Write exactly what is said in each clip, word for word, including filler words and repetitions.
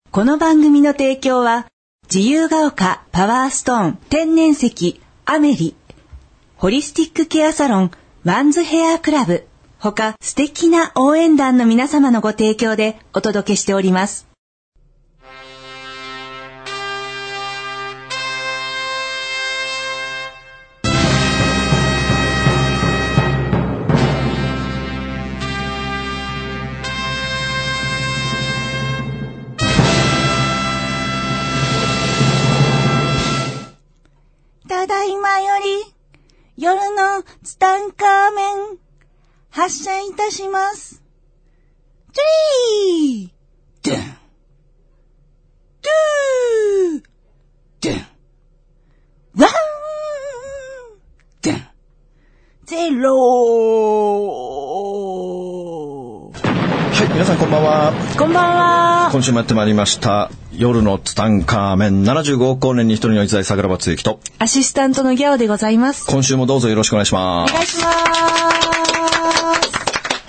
この番組の提供は、自由が丘パワーストーン天然石アメリ、ホリスティックケアサロンワンズヘアクラブ、他素敵な応援団の皆様のご提供でお届けしております。 ただいまより夜のツタンカーメン発射いたします。トゥリードゥンドゥードゥンワンドゥンゼロー。 はい、皆さんこんばんは。 こんばんは。 今週もやってまいりました夜のツタンカーメン。ななじゅうごおく光年に一人の逸材桜庭つゆきとアシスタントのギャオでございます。 今週もどうぞよろしくお願いします。 お願いします。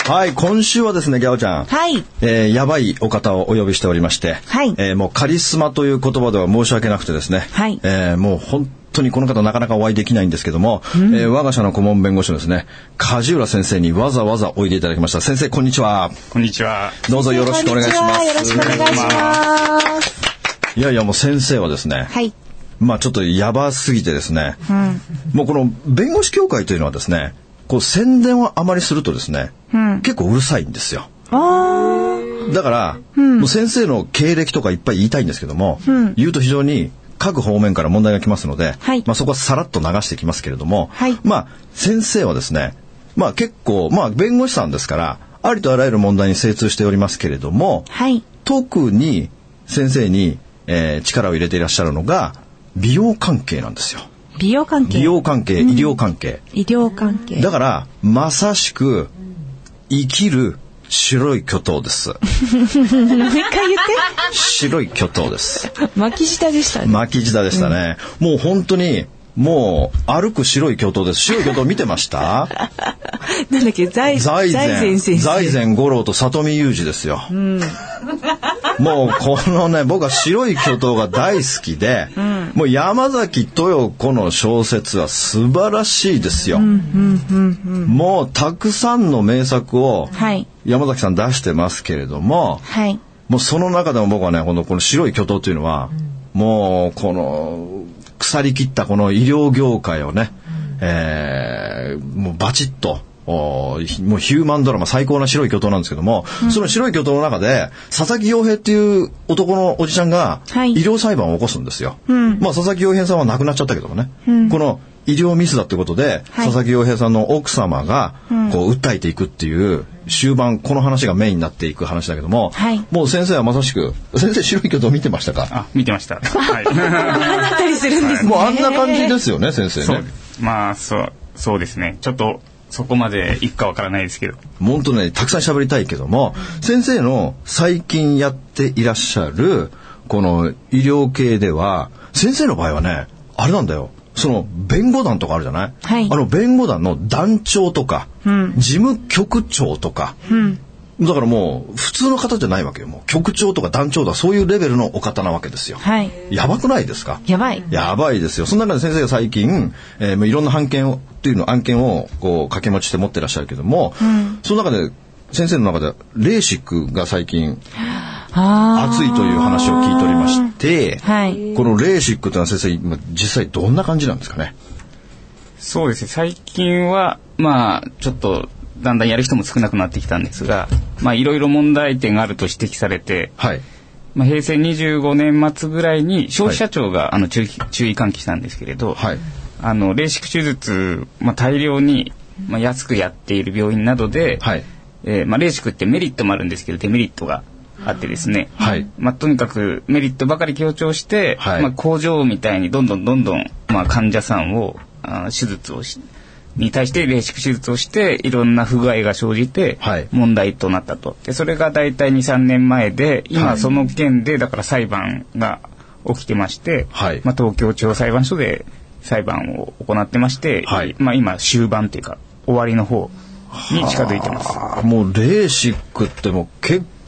はい、今週はですね、ギャオちゃん、 はい、 えー、やばいお方をお呼びしておりまして、 はい、 えー、もうカリスマという言葉では申し訳なくてですね、 はい、 えー、もう本当にこの方なかなかお会いできないんですけども、うん、えー、我が社の顧問弁護士のですね、梶浦先生にわざわざおいでいただきました。先生、こんにちは。 こんにちは。 どうぞよろしくお願いします。 よろしくお願いします。 いやいや、もう先生はですね、 はい、 まあちょっとやばすぎてですね、 うん、もうこの弁護士協会というのはですね、こう宣伝をあまりするとですね、うん、結構うるさいんですよ。 あだから、うん、もう先生の経歴とかいっぱい言いたいんですけども、うん、言うと非常に各方面から問題が来ますので、はい、まあそこはさらっと流してきますけれども、はい、まあ先生はですね、まあ結構、まあ弁護士さんですから、ありとあらゆる問題に精通しておりますけれども、 はい、 特に先生に、えー、力を入れていらっしゃるのが美容関係なんですよ。 美容関係、 美容関係、医療関係、 うん、医療関係だからまさしく生きる白い巨頭です。もう一回言って。 白い巨頭です。 巻き舌でしたね。 巻き舌でしたね、うん、もう本当にもう歩く白い巨頭です。白い巨頭見てました？ なんだっけ、財財前先生、財前五郎と里見雄二ですよ、うん、もうこのね、僕は白い巨頭が大好きで、うん、もう山崎豊子の小説は素晴らしいですよ、うんうんうんうん、もうたくさんの名作を山崎さん出してますけれども、はい、もうその中でも僕はね、この、この白い巨頭というのは、うん、もうこの腐り切ったこの医療業界をね、うん、えー、もうバチッともうヒューマンドラマ最高な白い巨頭なんですけども、うん、その白い巨頭の中で佐々木陽平っていう男のおじちゃんが医療裁判を起こすんですよ、はい、まあ、佐々木陽平さんは亡くなっちゃったけどもね、うん、この医療ミスだってことで、はい、佐々木陽平さんの奥様がこう訴えていくっていう終盤、この話がメインになっていく話だけども、はい、もう先生はまさしく、先生白い巨頭見てましたか？ あ、見てました。はい。あったりするんですね。 もうあんな感じですよね、先生ね。 そう、まあそうそうですね。ちょっとそこまでいくかわからないですけど。 本当ね、たくさん喋りたいけども、先生の最近やっていらっしゃるこの医療系では、先生の場合はね、あれなんだよ。その弁護団とかあるじゃない、はい、あの弁護団の団長とか、うん、事務局長とか、うん、だからもう普通の方じゃないわけよ。もう局長とか団長とかそういうレベルのお方なわけですよ、はい、やばくないですか？ やばいやばいですよ。その中で先生が最近、えー、いろんな案件をっていうの案件をこう掛け持ちして持ってらっしゃるけども、うん、その中で先生の中でレーシックが最近熱いという話を聞いておりまして、はい、このレーシックというのは先生今実際どんな感じなんですかね？ そうですね、最近はまあちょっとだんだんやる人も少なくなってきたんですが、まあいろいろ問題点があると指摘されて、はい、まあ、平成にじゅうごねん末ぐらいに消費者庁が、はい、あの注意、注意喚起したんですけれど、はい、あのレーシック手術、まあ、大量に、まあ、安くやっている病院などで、はい、えーまあ、レーシックってメリットもあるんですけどデメリットがあってですね、はい、まあ、とにかくメリットばかり強調して、はい、まあ、工場みたいにどんどんどんどん、まあ、患者さんをあ手術をしに対してレーシック手術をしていろんな不具合が生じて問題となったと。でそれがだいたい にさんねんまえで今その件でだから裁判が起きてまして、はい、まあ、東京地方裁判所で裁判を行ってまして、はい、まあ、今終盤というか終わりの方に近づいてます。 もうレーシックってもう結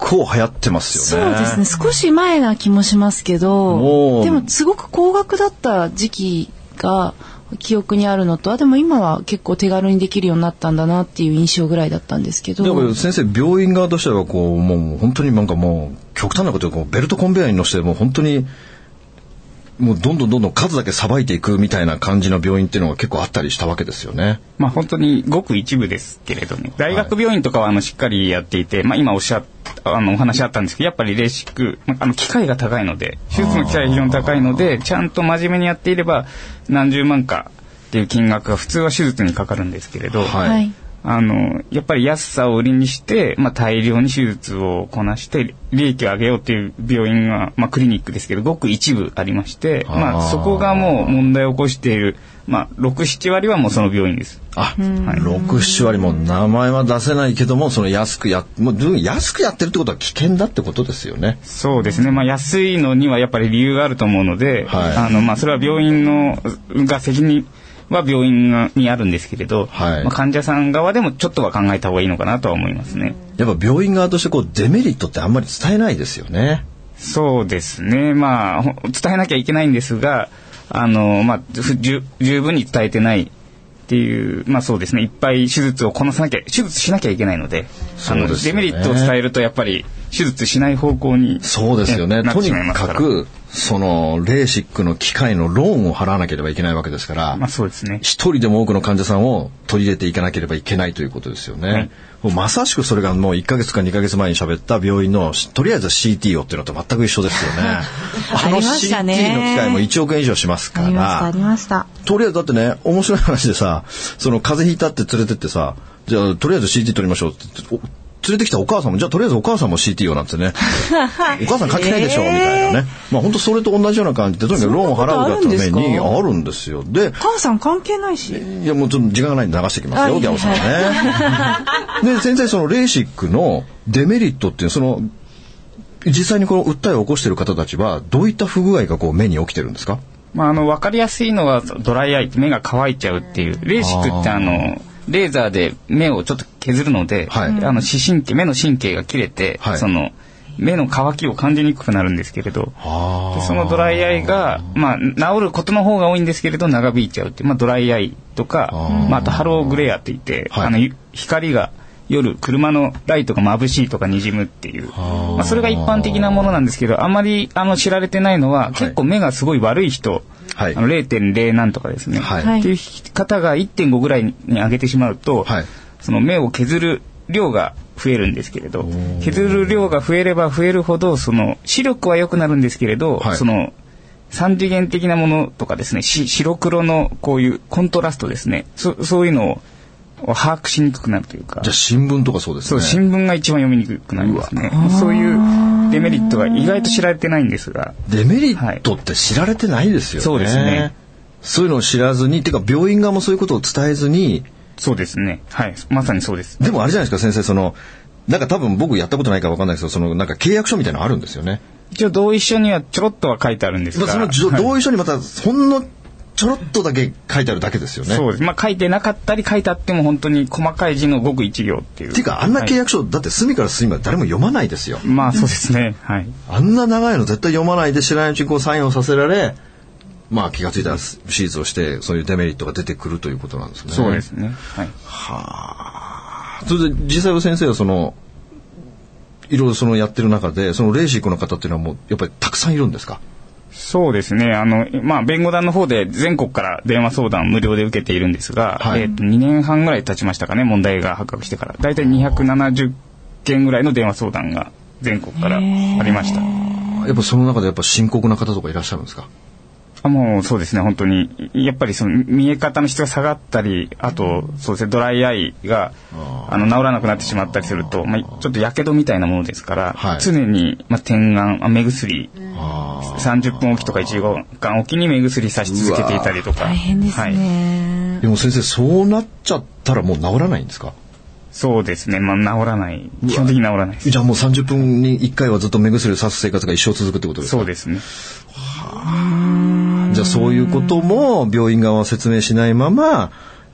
構流行ってますよね。 そうですね。少し前な気もしますけど、でもすごく高額だった時期が記憶にあるのと、あでも今は結構手軽にできるようになったんだなっていう印象ぐらいだったんですけど。 でも先生、病院側としてはこうもう本当になんかもう極端なことでこうベルトコンベヤーに乗せてもう本当にもうどんどんどんどん数だけさばいていくみたいな感じの病院っていうのが結構あったりしたわけですよね。 まあ本当にごく一部ですけれどね。大学病院とかはあのしっかりやっていて、はい、まあ今おっしゃったあのお話あったんですけど、やっぱりレーシック、あの機械が高いので、手術の機械が非常に高いので、ちゃんと真面目にやっていれば何十万かっていう金額が普通は手術にかかるんですけれど、はい、あのやっぱり安さを売りにして、まあ、大量に手術をこなして利益を上げようという病院が、まあ、クリニックですけどごく一部ありまして、まあ、そこがもう問題を起こしている、まあ、ろく、なな割はもうその病院です。 あ、はい、ろく、なな割も名前は出せないけども、その安くやもう安くやってるってことは危険だってことですよね。 そうですね。まあ、安いのにはやっぱり理由があると思うので、はい、あのまあ、それは病院のが責任は病院にあるんですけれど、はい、まあ、患者さん側でもちょっとは考えた方がいいのかなとは思いますね。やっぱ病院側としてこうデメリットってあんまり伝えないですよね。 そうですね。まあ伝えなきゃいけないんですが、あのまあ十分に伝えてないっていう、まあそうですね。いっぱい手術をこなさなきゃ、手術しなきゃいけないので、 そうですよね、 あのデメリットを伝えるとやっぱり手術しない方向に、 そうですよね。とにかくそのレーシックの機械のローンを払わなければいけないわけですから、 まあそうですね。 一人でも多くの患者さんを取り入れていかなければいけないということですよね。はい、もうまさしくそれがもういっかげつかにかげつまえに喋った病院のとりあえず シーティー をっていうのと全く一緒ですよね。あの シーティー の機械もいちおくえん以上しますから。 ありましたありました。 とりあえずだってね、面白い話でさ、その風邪ひいたって連れてってさ、じゃあとりあえず シーティー 取りましょうって言って。連れてきたお母さんもじゃあとりあえずお母さんも シーティー よなんてねお母さん関係ないでしょ、えー、みたいなね、まあ本当それと同じような感じでとにかくローンを払うがためにあるんですよ。で母さん関係ないし、 いやもうちょっと時間がないんで流してきますよギャオさんね。で先生、そのレーシックのデメリットっていうその実際にこの訴えを起こしている方たちはどういった不具合がこう目に起きてるんですか？ まあ、あの分かりやすいのはドライアイ、目が乾いちゃうっていう。レーシックってあのレーザーで目をちょっと削るので、はい、あの視神経、目の神経が切れて、はい、その目の乾きを感じにくくなるんですけれど、でそのドライアイが、まあ、治ることの方が多いんですけれど長引いちゃうって、まあ、ドライアイとか、あ,、まあ、あとハローグレアっていって、はい、あの光が夜車のライトが眩しいとか滲むっていう、まあ、それが一般的なものなんですけど、あまりあの知られてないのは、はい、結構目がすごい悪い人、はい、あの ゼロてんゼロ なんとかですね、はい、っていう方が いってんご ぐらいに上げてしまうと、はい、その目を削る量が増えるんですけれど、削る量が増えれば増えるほどその視力は良くなるんですけれど、はい、その三次元的なものとかですね、白黒のこういうコントラストですね、 そ, そういうのを把握しにくくなるというか。 じゃあ新聞とかそうですね。 そう、新聞が一番読みにくくなりますね。そういうデメリットが意外と知られてないんですが。 デメリットって知られてないですよね。 そうですね。 そういうのを知らずに、てか病院側もそういうことを伝えずに。 そうですね。はい、まさにそうです。 でもあれじゃないですか先生、そのなんか多分僕やったことないから分かんないですけど、そのなんか契約書みたいなのあるんですよね。 一応同意書にはちょろっとは書いてあるんですが、 その同意書にまたほんのちょろっとだけ書いてあるだけですよね。 そうです。まあ書いてなかったり書いてあっても本当に細かい字のごく一行っていう。 っていうかあんな契約書、はい、だって隅から隅まで誰も読まないですよ。 まあそうですね。はい。 あんな長いの絶対読まないで知らないうちにこうサインをさせられ、まあ気がついたら手術をしてそういうデメリットが出てくるということなんですね。 そうですね。はい。 はあ。それで実際は先生はそのいろいろそのやってる中でそのレーシックの方っていうのはもうやっぱりたくさんいるんですか？ そうですね。あの、まあ、弁護団の方で全国から電話相談無料で受けているんですが、はい、えーと、にねんはんぐらい経ちましたかね、問題が発覚してから。だいたいにひゃくななじゅっけんぐらいの電話相談が全国からありました。 やっぱその中でやっぱ深刻な方とかいらっしゃるんですか？ あ、もうそうですね、本当にやっぱりその見え方の質が下がったり、あとそうですね、ドライアイがあの治らなくなってしまったりすると、まあ、ちょっとやけどみたいなものですから、はい、常に、まあ、点眼、目薬さんじゅっぷんおきとかいちじかんおきに目薬さし続けていたりとか。 大変ですね、 はい、でも先生そうなっちゃったらもう治らないんですか？ そうですね、まあ、治らない、基本的に治らないです。 じゃあもうさんじゅっぷんにいっかいはずっと目薬をさす生活が一生続くってことですか？ そうですね。 はあ、じゃあそういうことも病院側は説明しないまま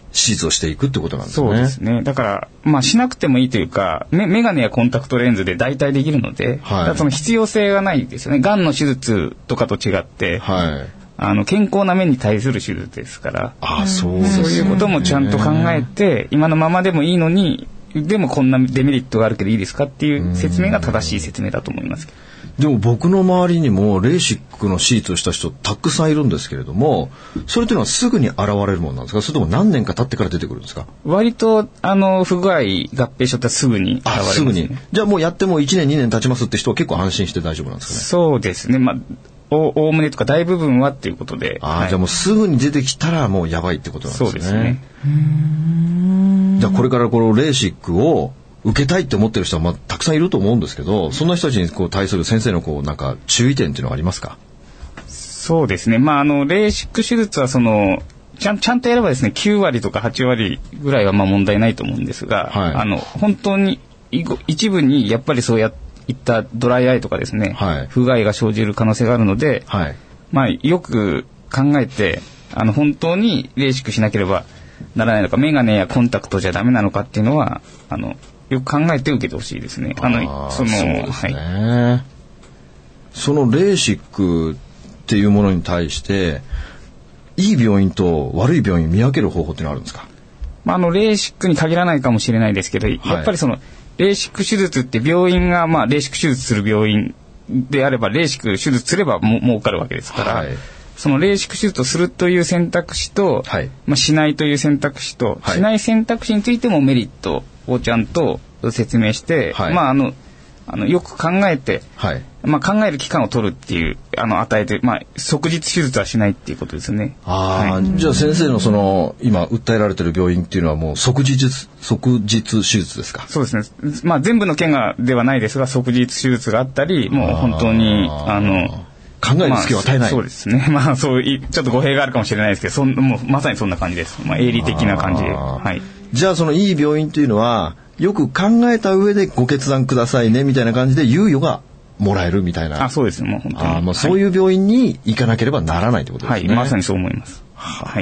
手術をしていくってことなんですね。 そうですね。だから、まあしなくてもいいというか、メメガネやコンタクトレンズで代替できるので、はい、だからその必要性がないですよね。がんの手術とかと違って、はい、あの健康な目に対する手術ですから、 あ、そうですね。 そういうこともちゃんと考えて、今のままでもいいのに、でもこんなデメリットがあるけどいいですかっていう説明が正しい説明だと思いますけど。 でも僕の周りにもレーシックの手術をした人たくさんいるんですけれども、それというのはすぐに現れるものなんですか、それとも何年か経ってから出てくるんですか？ 割とあの不具合合併症ってすぐに現れますね。 あ、すぐに。じゃあもうやってもいちねんにねん経ちますって人は結構安心して大丈夫なんですかね？ そうですね。まあおおむねとか大部分はっていうことで。 あ、はい、じゃあもうすぐに出てきたらもうやばいってことなんですね。 そうですね。 うーん、じゃあこれからこのレーシックを受けたいって思ってる人はまあたくさんいると思うんですけど、そんな人たちにこう対する先生のこうなんか注意点っていうのはありますか？ そうですね。まああのレーシック手術はそのちゃんちゃんとやればですねきゅうわりとかはちわりぐらいはまあ問題ないと思うんですが、はい、あの本当に一部にやっぱりそうやいったドライアイとかですね、はい、不具合が生じる可能性があるので、はい、まあよく考えてあの本当にレーシックしなければならないのか、メガネやコンタクトじゃダメなのかっていうのはあのよく考えて受けてほしいですね。あのあそのそうですね、はい、そのレーシックっていうものに対していい病院と悪い病院見分ける方法ってのはあるんですか？ まあ、あのレーシックに限らないかもしれないですけど、はい、やっぱりそのレーシック手術って病院がまあレーシック手術する病院であればレーシック手術すればも儲かるわけですから、はい、そのレーシック手術をするという選択肢と、はい、まあ、しないという選択肢と、はい、しない選択肢についてもメリットをちゃんと説明して、はい、まああのあのよく考えて、はい、まあ、考える期間を取るっていうあの与えて、まあ、即日手術はしないっていうことですね。 あ、はい、じゃあ先生のその今訴えられている病院っていうのはもう即日即日手術ですか？ そうですね。まあ、全部の件がではないですが即日手術があったり、もう本当にあの考える隙を与えない、まあ、 そうですね。まあそういちょっと語弊があるかもしれないですけど、そんもうまさにそんな感じです。まあ、営利的な感じで、はい。 じゃあそのいい病院というのはよく考えた上でご決断くださいねみたいな感じで猶予がもらえるみたいな。 あ、そうですね。もう本当に。 あ、まあ、そういう病院に行かなければならないってことですね。 はい、まさにそう思います。はい。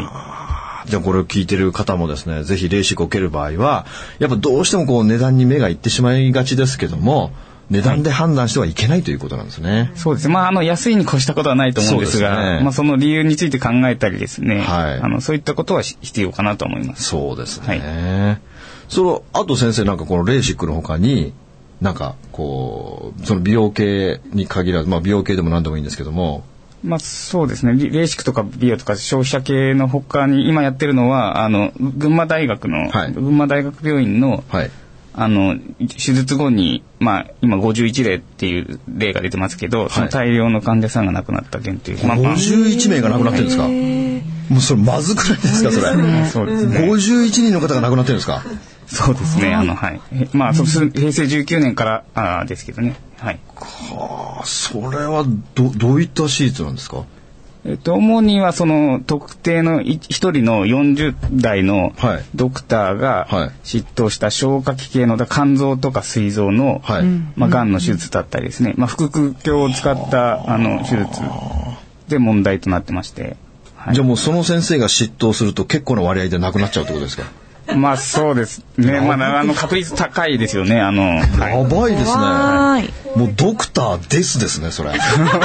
じゃあこれを聞いてる方もですね、ぜひレーシックを受ける場合はやっぱどうしてもこう値段に目がいってしまいがちですけども、値段で判断してはいけないということなんですね。はい、 そうですね。まああの安いに越したことはないと思うんですが、そうですね、まあその理由について考えたりですね、はい、あのそういったことは必要かなと思います。 そうですね。はい、そのあと先生なんかこのレーシックの他になんかこうその美容系に限らず、まあ美容系でも何でもいいんですけども。 まあそうですね。レーシックとか美容とか消費者系の他に今やってるのはあの群馬大学の、はい、群馬大学病院の、はい、あの手術後にまあ今ごじゅういちれいっていう例が出てますけど、はい、その大量の患者さんが亡くなった件という、 まあ、ごじゅういちめいが亡くなってるんですか？もうそれまずくないですかそれ？ そうですね。 ごじゅういちにんの方が亡くなってるんですか？ そうですね。あのはい。まあそ平成じゅうきゅうねんからあですけどね。はい。 はあ、それはどどういった手術なんですか？ えっと主にはその特定の一人のよんじゅうだいのドクターが執刀した消化器系の肝臓とか膵臓の、はい、まあ癌の手術だったりですね。まあ腹腔鏡を使ったあの手術で問題となってまして。はい、じゃあもうその先生が執刀すると結構な割合で亡くなっちゃうってことですか？ まあそうですね。まああの確率高いですよね。あのやばいですね。はい、もうドクターですですねそれ。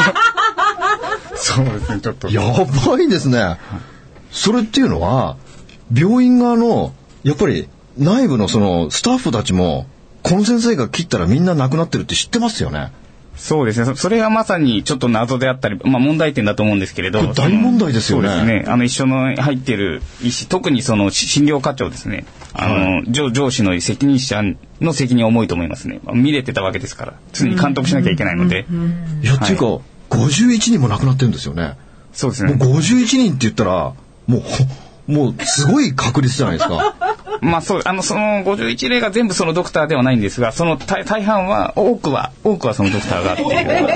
そうですね。ちょっとやばいですね。それっていうのは病院側のやっぱり内部のそのスタッフたちもこの先生が切ったらみんな亡くなってるって知ってますよね。 そうですね。それがまさにちょっと謎であったり、まあ問題点だと思うんですけれど。 これ大問題ですよね。 そうですね。あの一緒の入っている医師、特にその診療課長ですね。あの、はい、上上司の責任者の責任は重いと思いますね。見れてたわけですから、常に監督しなきゃいけないので。 いや、っていうかごじゅういちにんも亡くなってるんですよね。 そうですね。 もうごじゅういちにんって言ったらもうもうすごい確率じゃないですか。 まあそうあのそのごじゅういちれいが全部そのドクターではないんですが、その 大, 大半は多くは多くはそのドクターがっていう、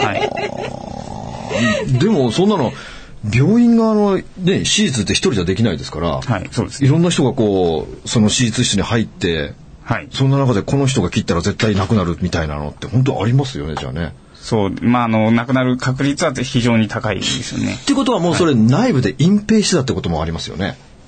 はい、でもそんなの病院側の、ね、手術って一人じゃできないですから、 はい、そうですね、 いろんな人がこうその手術室に入って、はい、そんな中でこの人が切ったら絶対亡くなるみたいなのって本当ありますよね。じゃあね。 そう、まああの亡くなる確率は非常に高いですよね。 ってことはもうそれ内部で隠蔽してたってこともありますよね。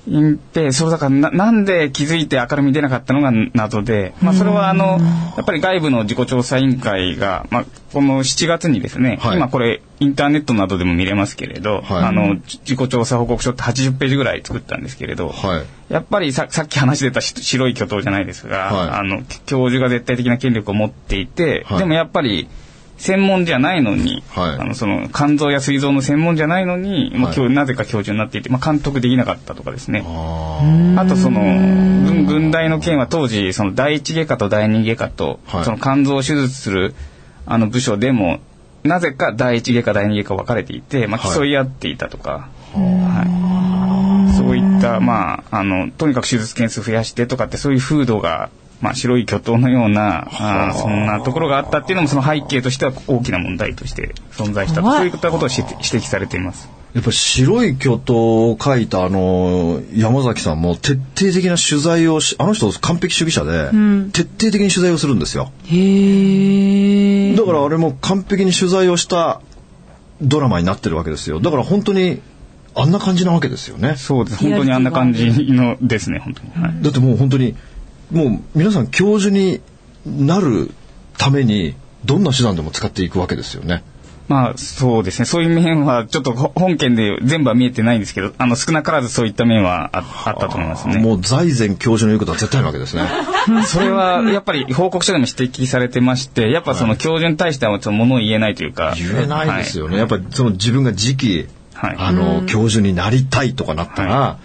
隠蔽、そうだからな、なんで気づいて明るみに出なかったのが謎で、まあ、それはあのやっぱり外部の自己調査委員会が、まあ、このしちがつにですね、はい、今これインターネットなどでも見れますけれど、はい、あの自己調査報告書ってはちじゅっページぐらい作ったんですけれど、はい、やっぱり さ, さっき話出た白い巨頭じゃないですが、はい、あの教授が絶対的な権力を持っていて、はい、でもやっぱり専門じゃないのに、はい、あのその肝臓や膵臓の専門じゃないのに、まあ、はい、なぜか教授になっていて、まあ、監督できなかったとかですね。 あ, あとその 軍, 軍大の件は当時その第一外科と第二外科と、はい、その肝臓を手術するあの部署でもなぜか第一外科第二外科分かれていて、まあ、競い合っていたとか、はいはい、そういった、まあ、あのとにかく手術件数増やしてとかってそういう風土が、まあ、白い巨頭のようなあそんなところがあったっていうのもその背景としては大きな問題として存在したと、そういったことを指摘されています。 やっぱり白い巨頭を書いたあの山崎さんも徹底的な取材をし、あの人完璧主義者で、うん、徹底的に取材をするんですよ。へー。だからあれも完璧に取材をしたドラマになってるわけですよ。だから本当にあんな感じなわけですよね。 そうです、本当にあんな感じのですね、本当に、はい、 だってもう本当にもう皆さん教授になるためにどんな手段でも使っていくわけですよね。 まあそうですね、そういう面はちょっと本件で全部は見えてないんですけど、あの少なからずそういった面は あ, あったと思いますね。 もう財前教授の言うことは絶対なわけですね。 それはやっぱり報告書でも指摘されてまして、やっぱその教授に対してはちょっと物を言えないというか、 言えないですよね、はい、やっぱりその自分が次期、はい、あの教授になりたいとかなったら、はい、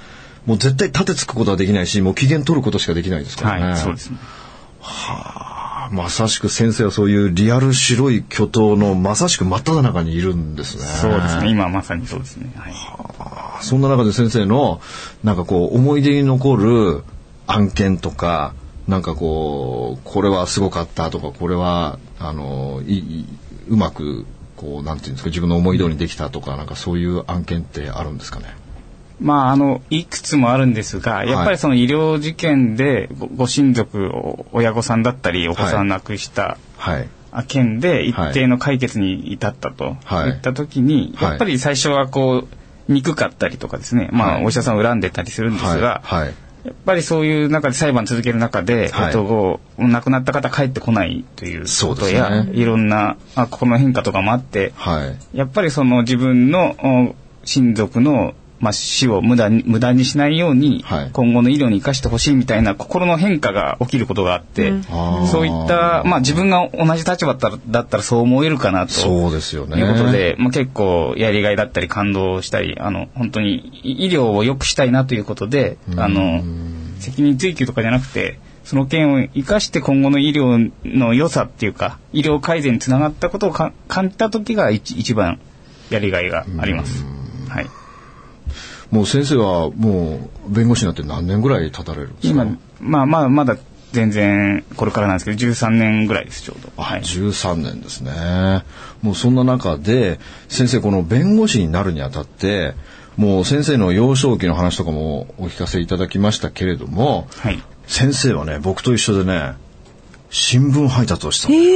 もう絶対立てつくことはできないし、もう機嫌取ることしかできないですからね。 はい、そうですね。 はあ、まさしく先生はそういうリアル白い巨頭のまさしく真っ只中にいるんですね。 そうですね、今まさにそうですね。はい、 はあ、そんな中で先生のなんかこう思い出に残る案件とか、なんかこうこれはすごかったとか、これはあのいいうまくこうなんていうんですか、自分の思い通りにできたとか、なんかそういう案件ってあるんですかね。 まあ、あのいくつもあるんですが、やっぱりその医療事件で ご, ご親族親御さんだったりお子さんを亡くした件で一定の解決に至ったといった時に、やっぱり最初はこう憎かったりとかですね、まあ、お医者さんを恨んでたりするんですが、やっぱりそういう中で裁判続ける中で、はい、えっと、亡くなった方帰ってこないということや、ね、いろんなあ心の変化とかもあって、はい、やっぱりその自分の親族のまあ、死を無駄に、無駄にしないように、はい、今後の医療に生かしてほしいみたいな心の変化が起きることがあって、うん、そういった、まあ、自分が同じ立場だったら、だったらそう思えるかなとそうですよね、 いうことで、まあ、結構やりがいだったり感動したり、あの本当に医療を良くしたいなということで、あの責任追及とかじゃなくてその件を生かして今後の医療の良さっていうか医療改善につながったことをか感じた時が 一, 一番やりがいがあります。はい。 もう先生はもう弁護士になって何年ぐらい経たれるんですか。 今、まあ、まあまだ全然これからなんですけどじゅうさんねんぐらいですちょうど。 あ、はい、じゅうさんねんですね。もうそんな中で先生この弁護士になるにあたってもう先生の幼少期の話とかもお聞かせいただきましたけれども、はい、先生はね僕と一緒でね新聞配達をしたの。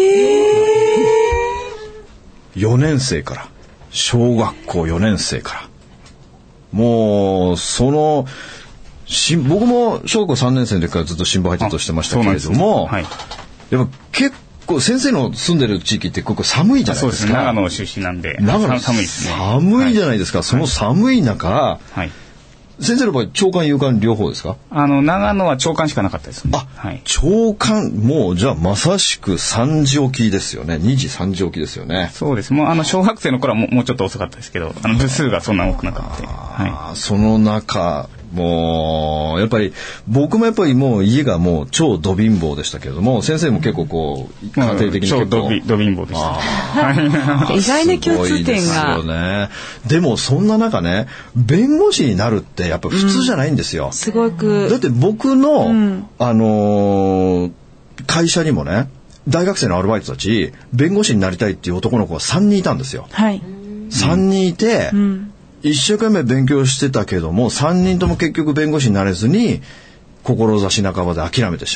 よねん生から小学校よねん生からもうそのし僕も小学校さんねん生の時からずっと新聞配達をしてましたけれども、はい、やっぱ結構先生の住んでる地域って結構寒いじゃないですか。 そうですね、長野出身なんで長野寒いですね。 寒いじゃないですか、はい、その寒い中、はい、先生の場合長官夕刊両方ですか。 あの長野は長官しかなかったですね。 あ、はい、長官もうじゃあまさしくさんじ起きですよね。にじさんじ起きですよね。 そうです。もうあの小学生の頃はもう、もうちょっと遅かったですけど、あの部数がそんな多くなかった。はい、 その中もうやっぱり僕もやっぱりもう家がもう超ド貧乏でしたけれども、先生も結構こう家庭的に結構、 うん、超ドビド貧乏でした。 意外な共通点が。 すごいですよね。でもそんな中ね弁護士になるってやっぱ普通じゃないんですよ。うん、 すごく。 だって僕の、うん、あのー、会社にもね大学生のアルバイトたち弁護士になりたいっていう男の子がさんにんいたんですよ。 はい。 さんにんいて。うん、一生懸命勉強してたけどもさんにんとも結局弁護士になれずに志半ばで諦めてしまっ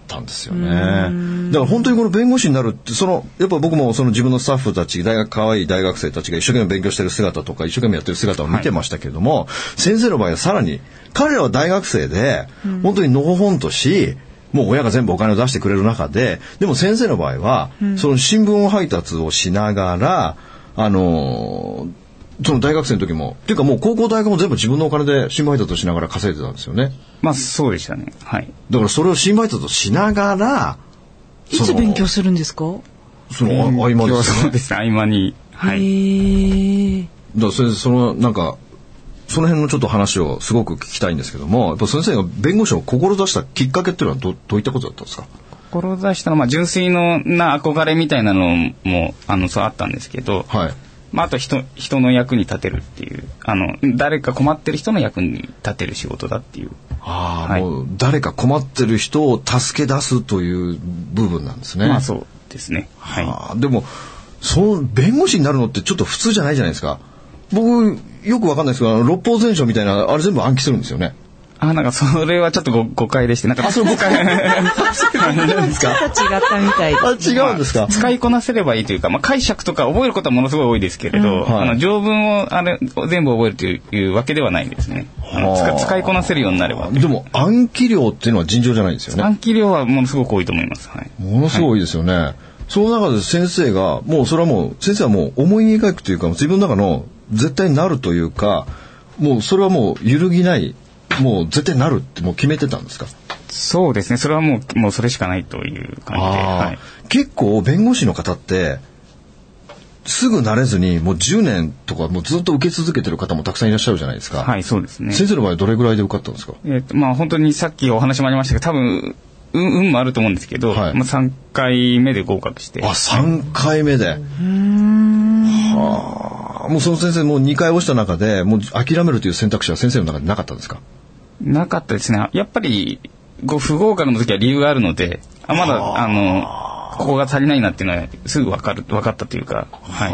ったんですよね。だから本当にこの弁護士になるってそのやっぱ僕もその自分のスタッフたち大学可愛い大学生たちが一生懸命勉強してる姿とか一生懸命やってる姿を見てましたけれども、はい、先生の場合はさらに彼らは大学生で本当にのほほんとし、もう親が全部お金を出してくれる中で、でも先生の場合はその新聞配達をしながらあのーその大学生の時もっていうかもう高校大学も全部自分のお金で新聞配達をしながら稼いでたんですよね。 まあそうでしたね。はい。 だからそれを新聞配達をしながらいつ勉強するんですか？ その合間ですね。 そうですね、合間に。はい。 へえ。 だから先生そのなんかその辺のちょっと話をすごく聞きたいんですけども、やっぱ先生が弁護士を志したきっかけっていうのは ど, どういったことだったんですか？ 志したのはまあ純粋のな憧れみたいなのもあのそうあったんですけど。はい。まあ、あと 人, 人の役に立てるっていうあの誰か困ってる人の役に立てる仕事だっていう。 あ、はい、もう誰か困ってる人を助け出すという部分なんですね。 まあそうですね。はい。 あ、でもその弁護士になるのってちょっと普通じゃないじゃないですか。僕よくわかんないですけど六法全書みたいなあれ全部暗記するんですよね。 あ、なんかそれはちょっとご誤解でして、なんかあ、それ誤解なんですか？ 違ったみたいです。あ、違うんですか？まあ、 使いこなせればいいというか、まあ、解釈とか覚えることはものすごい多いですけれど、うん、はい、あの条文をあれ全部覚えるというわけではないんですね。あの 使, 使いこなせるようになれば。 でも暗記量っていうのは尋常じゃないんですよね。 暗記量はものすごく多いと思います。はい、 ものすごいですよね。はい、その中で先生がもうそれはもう先生はもう思い描くというか自分の中の絶対なるというか、もうそれはもう揺るぎない。もう絶対なるってもう決めてたんですか？ そうですね。それはもうもうそれしかないという感じで、はい、 結構弁護士の方ってすぐなれずにもうじゅうねんとかもうずっと受け続けてる方もたくさんいらっしゃるじゃないですか。 はい、そうですね。 先生の場合どれぐらいで受かったんですか？ えーとまあ、本当にさっきお話もありましたけど多分運、運もあると思うんですけど、はい、まあ、さんかいめで合格して。 あ、さんかいめで。うーん、はあ、もうその先生もうにかい落ちた中でもう諦めるという選択肢は先生の中でなかったんですか？ なかったですね。やっぱりご不合格の時は理由があるので、あまだあのここが足りないなっていうのはすぐ分かる分かったというか、はい。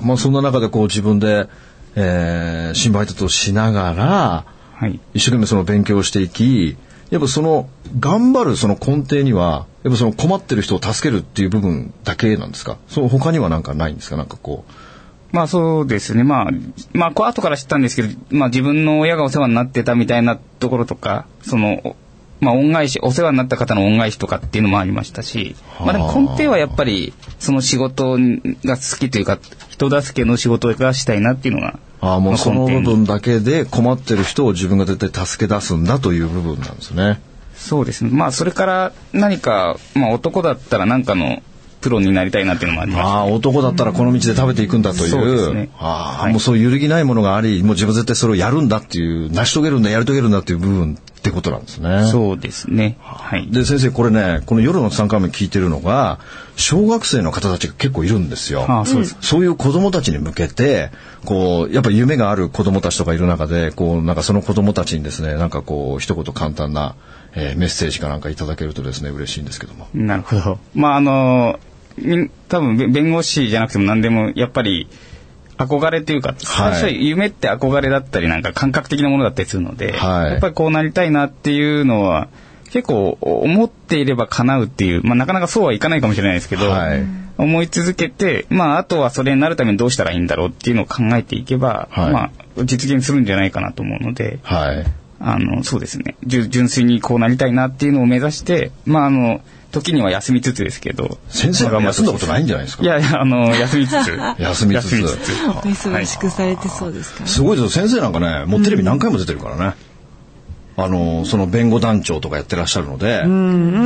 まあそんな中でこう自分で、えー、新聞配達をしながら、はい、一生懸命その勉強をしていき、やっぱその頑張るその根底にはやっぱその困ってる人を助けるっていう部分だけなんですか？その他には何かないんですか？なんかこう。 まあそうですね。まあ、まあ、こう後から知ったんですけど、まあ自分の親がお世話になってたみたいなところとか、その、まあ恩返し、お世話になった方の恩返しとかっていうのもありましたし、まあでも根底はやっぱりその仕事が好きというか、人助けの仕事がしたいなっていうのが。 ああ、もうその部分だけで困ってる人を自分が絶対助け出すんだという部分なんですね。 そうですね。まあそれから何か、まあ男だったら何かの、プロになりたいなっていうのもありました、ね。ああ、 男だったらこの道で食べていくんだという。そうですね。ああ、はい、もうそういう揺るぎないものがあり、もう自分絶対それをやるんだっていう、成し遂げるんだ、やり遂げるんだっていう部分ってことなんですね。 そうですね。はい。 で、先生、これね、この夜のさんかいめ聞いてるのが、小学生の方たちが結構いるんですよ。 ああ、そうです。 そういう子供たちに向けて、こう、やっぱり夢がある子供たちとかいる中で、こう、なんかその子供たちにですね、なんかこう、一言簡単な、えー、メッセージかなんかいただけるとですね、嬉しいんですけども。 なるほど。まあ、あのー、多分弁護士じゃなくても何でもやっぱり憧れというか、最初は夢って憧れだったりなんか感覚的なものだったりするので、はい、やっぱりこうなりたいなっていうのは結構思っていれば叶うっていう、まあ、なかなかそうはいかないかもしれないですけど、はい、思い続けて、まあ、あとはそれになるためにどうしたらいいんだろうっていうのを考えていけば、はい、まあ、実現するんじゃないかなと思うので、はい、あのそうですね、純粋にこうなりたいなっていうのを目指して、まああの時には休みつつですけど。 先生が休んだことないんじゃないですか？ いやいや、あの、休みつつ。 休みつつ。休みつつ。 忙しくされてそうですかね。 すごいですよ。先生なんかね、もうテレビ何回も出てるからね。うん、あの、その弁護団長とかやってらっしゃるので。 うん、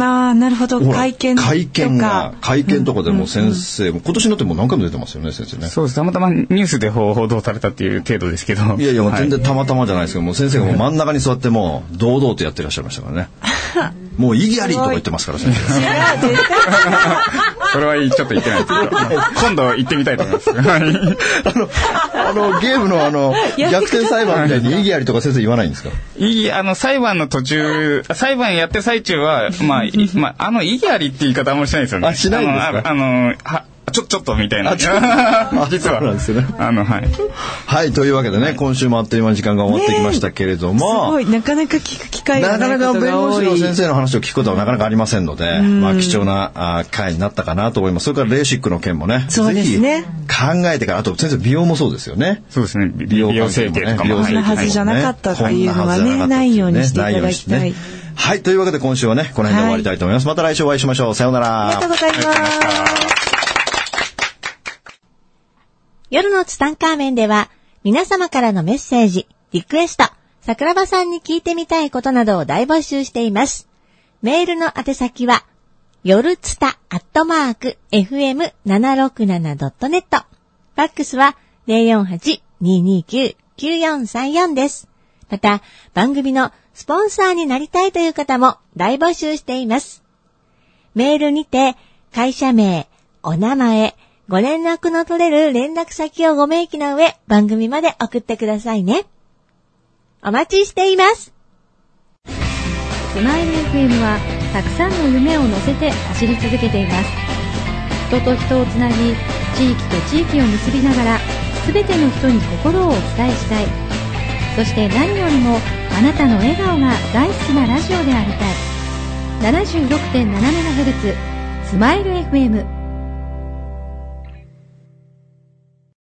あ、なるほど。会見とか。 会見が、会見とかでも先生、うんうん、今年になっても何回も出てますよね、先生ね。 そうです。たまたまニュースで報道されたっていう程度ですけど。 いやいや、もう全然たまたまじゃないですけど、もう先生がもう真ん中に座ってもう堂々とやってらっしゃいましたからね。もう意義ありとか言ってますから先生。 それはちょっと言ってないですけど、今度行ってみたいと思います。あの、 あのゲームのあの逆転裁判みたいに意義ありとか先生言わないんですか？ 意義あの裁判の途中、裁判やってる最中はまあまああの意義ありって言い方あんまりしないですよね。 あ、しないんですか？ あのあのはちょちょっとみたいな。実はなんですよね。 あのはい。 はい、というわけでね、今週もあっという間に時間が終わってきましたけれども、 すごいなかなか聞く機会がないことが多い。 なかなか弁護士の先生の話を聞くことはなかなかありませんので、まあ貴重なあ回になったかなと思います。それからレーシックの件もね、 そうですね。 ぜひ考えてから、あと先生美容もそうですよね。 そうですね。美容整形とかもこんなはずじゃなかったっていうのはね、ないようにしていただきたい。 はい、というわけで今週はね、この辺で終わりたいと思います。はい、また来週お会いしましょう。さようなら。 ありがとうございます。 夜のツタンカーメンでは、皆様からのメッセージ、リクエスト、桜庭さんに聞いてみたいことなどを大募集しています。メールの宛先は、夜ツタアットマーク エフエムななろくななドットネット。ファックスは ゼロよんはち にーにーきゅう きゅうよんさんよん です。また、番組のスポンサーになりたいという方も大募集しています。メールにて、会社名、お名前、ご連絡の取れる連絡先をご明記の上、番組まで送ってくださいね。お待ちしています。 スマイル エフエム は、たくさんの夢を乗せて走り続けています。人と人をつなぎ、地域と地域を結びながら、すべての人に心をお伝えしたい。そして何よりも、あなたの笑顔が大好きなラジオでありたい。ななじゅうろくてんななメガヘルツ スマイル エフエム